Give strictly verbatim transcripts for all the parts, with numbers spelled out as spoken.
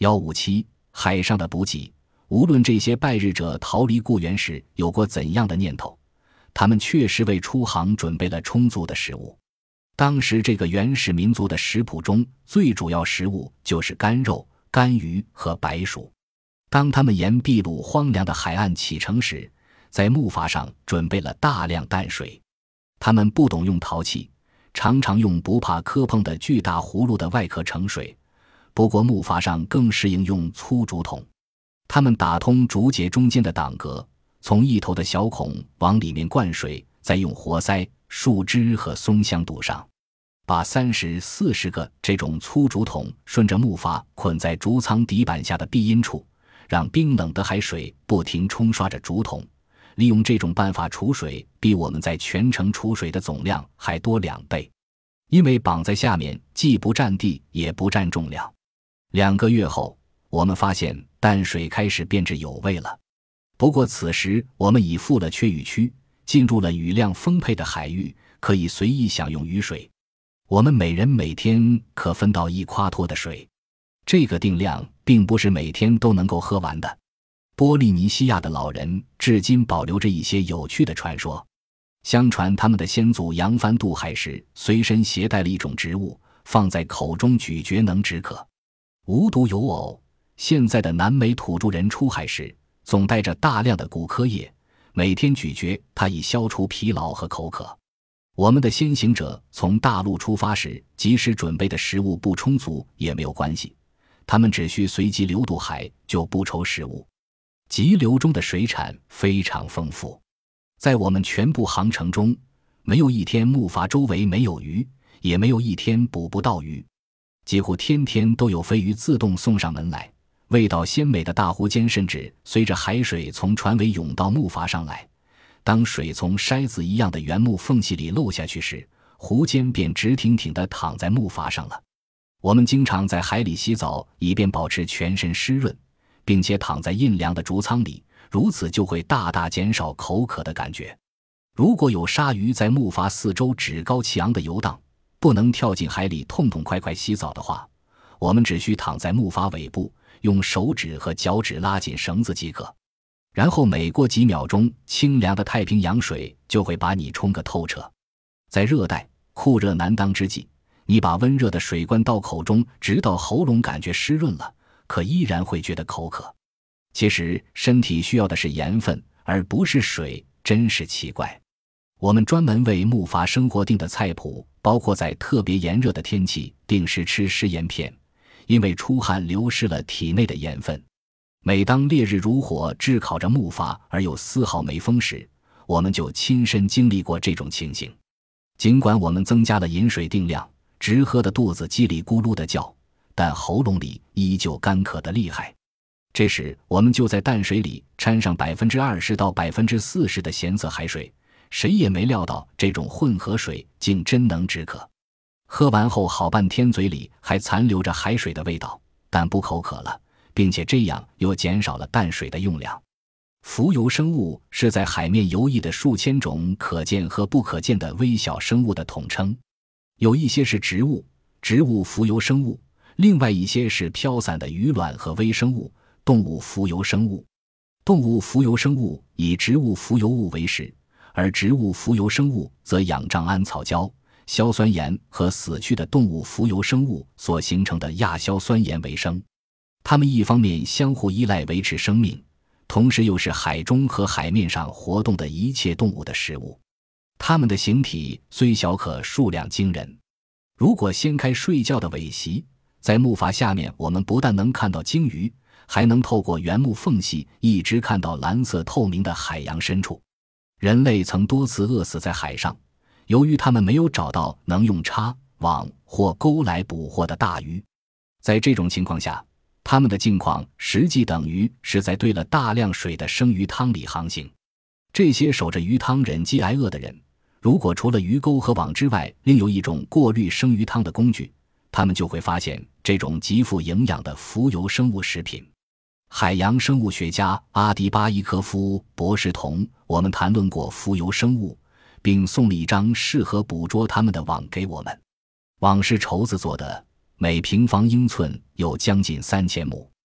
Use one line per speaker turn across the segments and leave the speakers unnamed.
一五七海上的补给，无论这些拜日者逃离故园时有过怎样的念头，他们确实为出航准备了充足的食物。当时这个原始民族的食谱中最主要食物就是干肉、干鱼和白薯。当他们沿秘鲁荒凉的海岸启程时，在木筏上准备了大量淡水。他们不懂用陶器，常常用不怕磕碰的巨大葫芦的外壳盛水，不过木筏上更适应用粗竹筒。他们打通竹节中间的挡格，从一头的小孔往里面灌水，再用活塞、树枝和松香堵上，把三十四十个这种粗竹筒顺着木筏捆在竹舱底板下的避阴处，让冰冷的海水不停冲刷着竹筒。利用这种办法储水，比我们在全程储水的总量还多两倍，因为绑在下面既不占地也不占重量。两个月后，我们发现淡水开始变质有味了。不过此时我们已赴了缺雨区，进入了雨量丰沛的海域，可以随意享用雨水。我们每人每天可分到一夸脱的水，这个定量并不是每天都能够喝完的。波利尼西亚的老人至今保留着一些有趣的传说，相传他们的先祖扬帆渡海时随身携带了一种植物，放在口中咀嚼能止渴。无独有偶，现在的南美土著人出海时总带着大量的古柯叶，每天咀嚼它以消除疲劳和口渴。我们的先行者从大陆出发时即使准备的食物不充足也没有关系，他们只需随即流渡海就不愁食物。急流中的水产非常丰富，在我们全部航程中，没有一天木筏周围没有鱼，也没有一天捕不到鱼，几乎天天都有飞鱼自动送上门来。味道鲜美的大湖间甚至随着海水从船尾涌到木筏上来，当水从筛子一样的原木缝隙里漏下去时，湖间便直挺挺地躺在木筏上了。我们经常在海里洗澡，以便保持全身湿润，并且躺在阴凉的竹舱里，如此就会大大减少口渴的感觉。如果有鲨鱼在木筏四周趾高气扬地游荡，不能跳进海里痛痛快快洗澡的话，我们只需躺在木筏尾部，用手指和脚趾拉紧绳子即可。然后每过几秒钟，清凉的太平洋水就会把你冲个透彻。在热带酷热难当之际，你把温热的水灌到口中，直到喉咙感觉湿润了，可依然会觉得口渴。其实身体需要的是盐分，而不是水，真是奇怪。我们专门为木筏生活定的菜谱，包括在特别炎热的天气定时吃食盐片，因为出汗流失了体内的盐分。每当烈日如火炙烤着木筏而又丝毫没风时，我们就亲身经历过这种情形。尽管我们增加了饮水定量，直喝的肚子叽里咕噜的叫，但喉咙里依旧干渴的厉害。这时我们就在淡水里掺上 百分之二十 到 百分之四十 的咸色海水，谁也没料到这种混合水竟真能止渴。喝完后好半天嘴里还残留着海水的味道，但不口渴了，并且这样又减少了淡水的用量。浮游生物是在海面游弋的数千种可见和不可见的微小生物的统称，有一些是植物，植物浮游生物，另外一些是飘散的鱼卵和微生物，动物浮游生物。动物浮游生物以植物浮游物为食，而植物浮游生物则仰仗氨草胶、硝酸盐和死去的动物浮游生物所形成的亚硝酸盐为生。它们一方面相互依赖维持生命，同时又是海中和海面上活动的一切动物的食物。它们的形体虽小，可数量惊人。如果掀开睡觉的尾席，在木筏下面我们不但能看到鲸鱼，还能透过原木缝隙一直看到蓝色透明的海洋深处。人类曾多次饿死在海上，由于他们没有找到能用叉、网或钩来捕获的大鱼。在这种情况下，他们的境况实际等于是在兑了大量水的生鱼汤里航行。这些守着鱼汤忍饥挨饿的人，如果除了鱼钩和网之外另有一种过滤生鱼汤的工具，他们就会发现这种极富营养的浮游生物食品。海洋生物学家阿迪巴伊科夫博士同我们谈论过浮游生物，并送了一张适合捕捉它们的网给我们。网是绸子做的，每平方英寸有将近三千亩。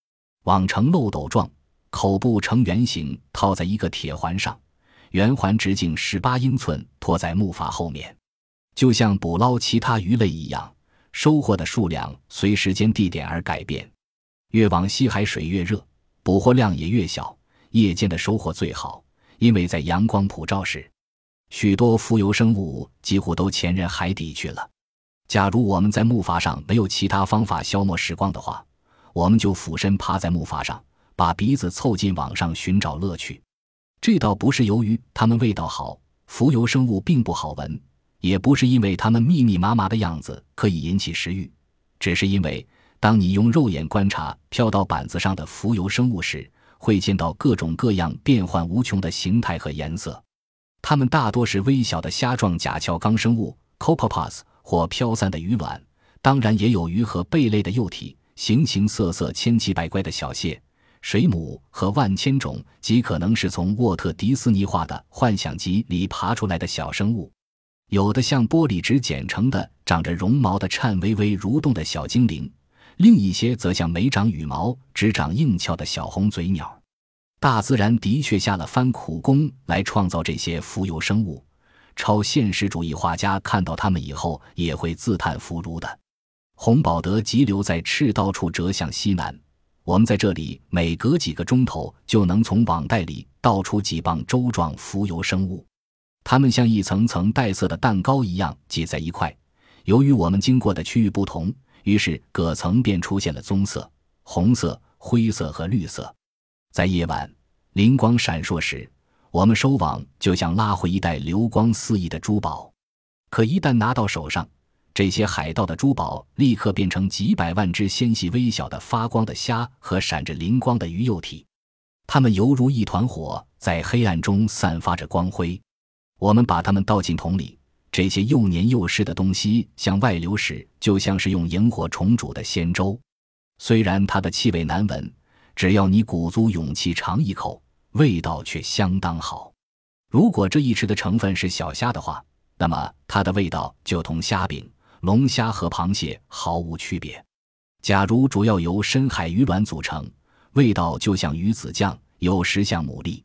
网呈漏斗状，口部呈圆形，套在一个铁环上，圆环直径十八英寸，拖在木筏后面。就像捕捞其他鱼类一样，收获的数量随时间地点而改变。越往西海水越热，捕获量也越小，夜间的收获最好，因为在阳光普照时，许多浮游生物几乎都潜入海底去了。假如我们在木筏上没有其他方法消磨时光的话，我们就俯身趴在木筏上，把鼻子凑近网上寻找乐趣。这倒不是由于它们味道好，浮游生物并不好闻，也不是因为它们密密麻麻的样子可以引起食欲，只是因为当你用肉眼观察飘到板子上的浮游生物时，会见到各种各样变幻无穷的形态和颜色。它们大多是微小的虾状甲壳纲生物 Copepods 或飘散的鱼卵，当然也有鱼和贝类的幼体，形形色色千奇百怪的小蟹、水母和万千种极可能是从沃特迪斯尼画的幻想集里爬出来的小生物。有的像玻璃纸剪成的长着绒毛的颤巍巍蠕动的小精灵，另一些则像没长羽毛只长硬壳的小红嘴鸟。大自然的确下了番苦功来创造这些浮游生物，超现实主义画家看到它们以后也会自叹弗如的。洪堡德急流在赤道处折向西南，我们在这里每隔几个钟头就能从网袋里倒出几磅粥状浮游生物，它们像一层层带色的蛋糕一样挤在一块，由于我们经过的区域不同，于是各层便出现了棕色、红色、灰色和绿色。在夜晚灵光闪烁时，我们收网就像拉回一袋流光四溢的珠宝，可一旦拿到手上，这些海盗的珠宝立刻变成几百万只纤细微小的发光的虾和闪着灵光的鱼幼体，它们犹如一团火，在黑暗中散发着光辉。我们把它们倒进桶里，这些又黏又湿的东西向外流时，就像是用萤火虫煮的鲜粥。虽然它的气味难闻，只要你鼓足勇气尝一口，味道却相当好。如果这一吃的成分是小虾的话，那么它的味道就同虾饼、龙虾和螃蟹毫无区别。假如主要由深海鱼卵组成，味道就像鱼子酱，有时像牡蛎。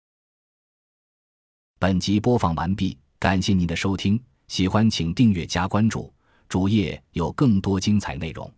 本集播放完毕，感谢您的收听，喜欢请订阅加关注，主页有更多精彩内容。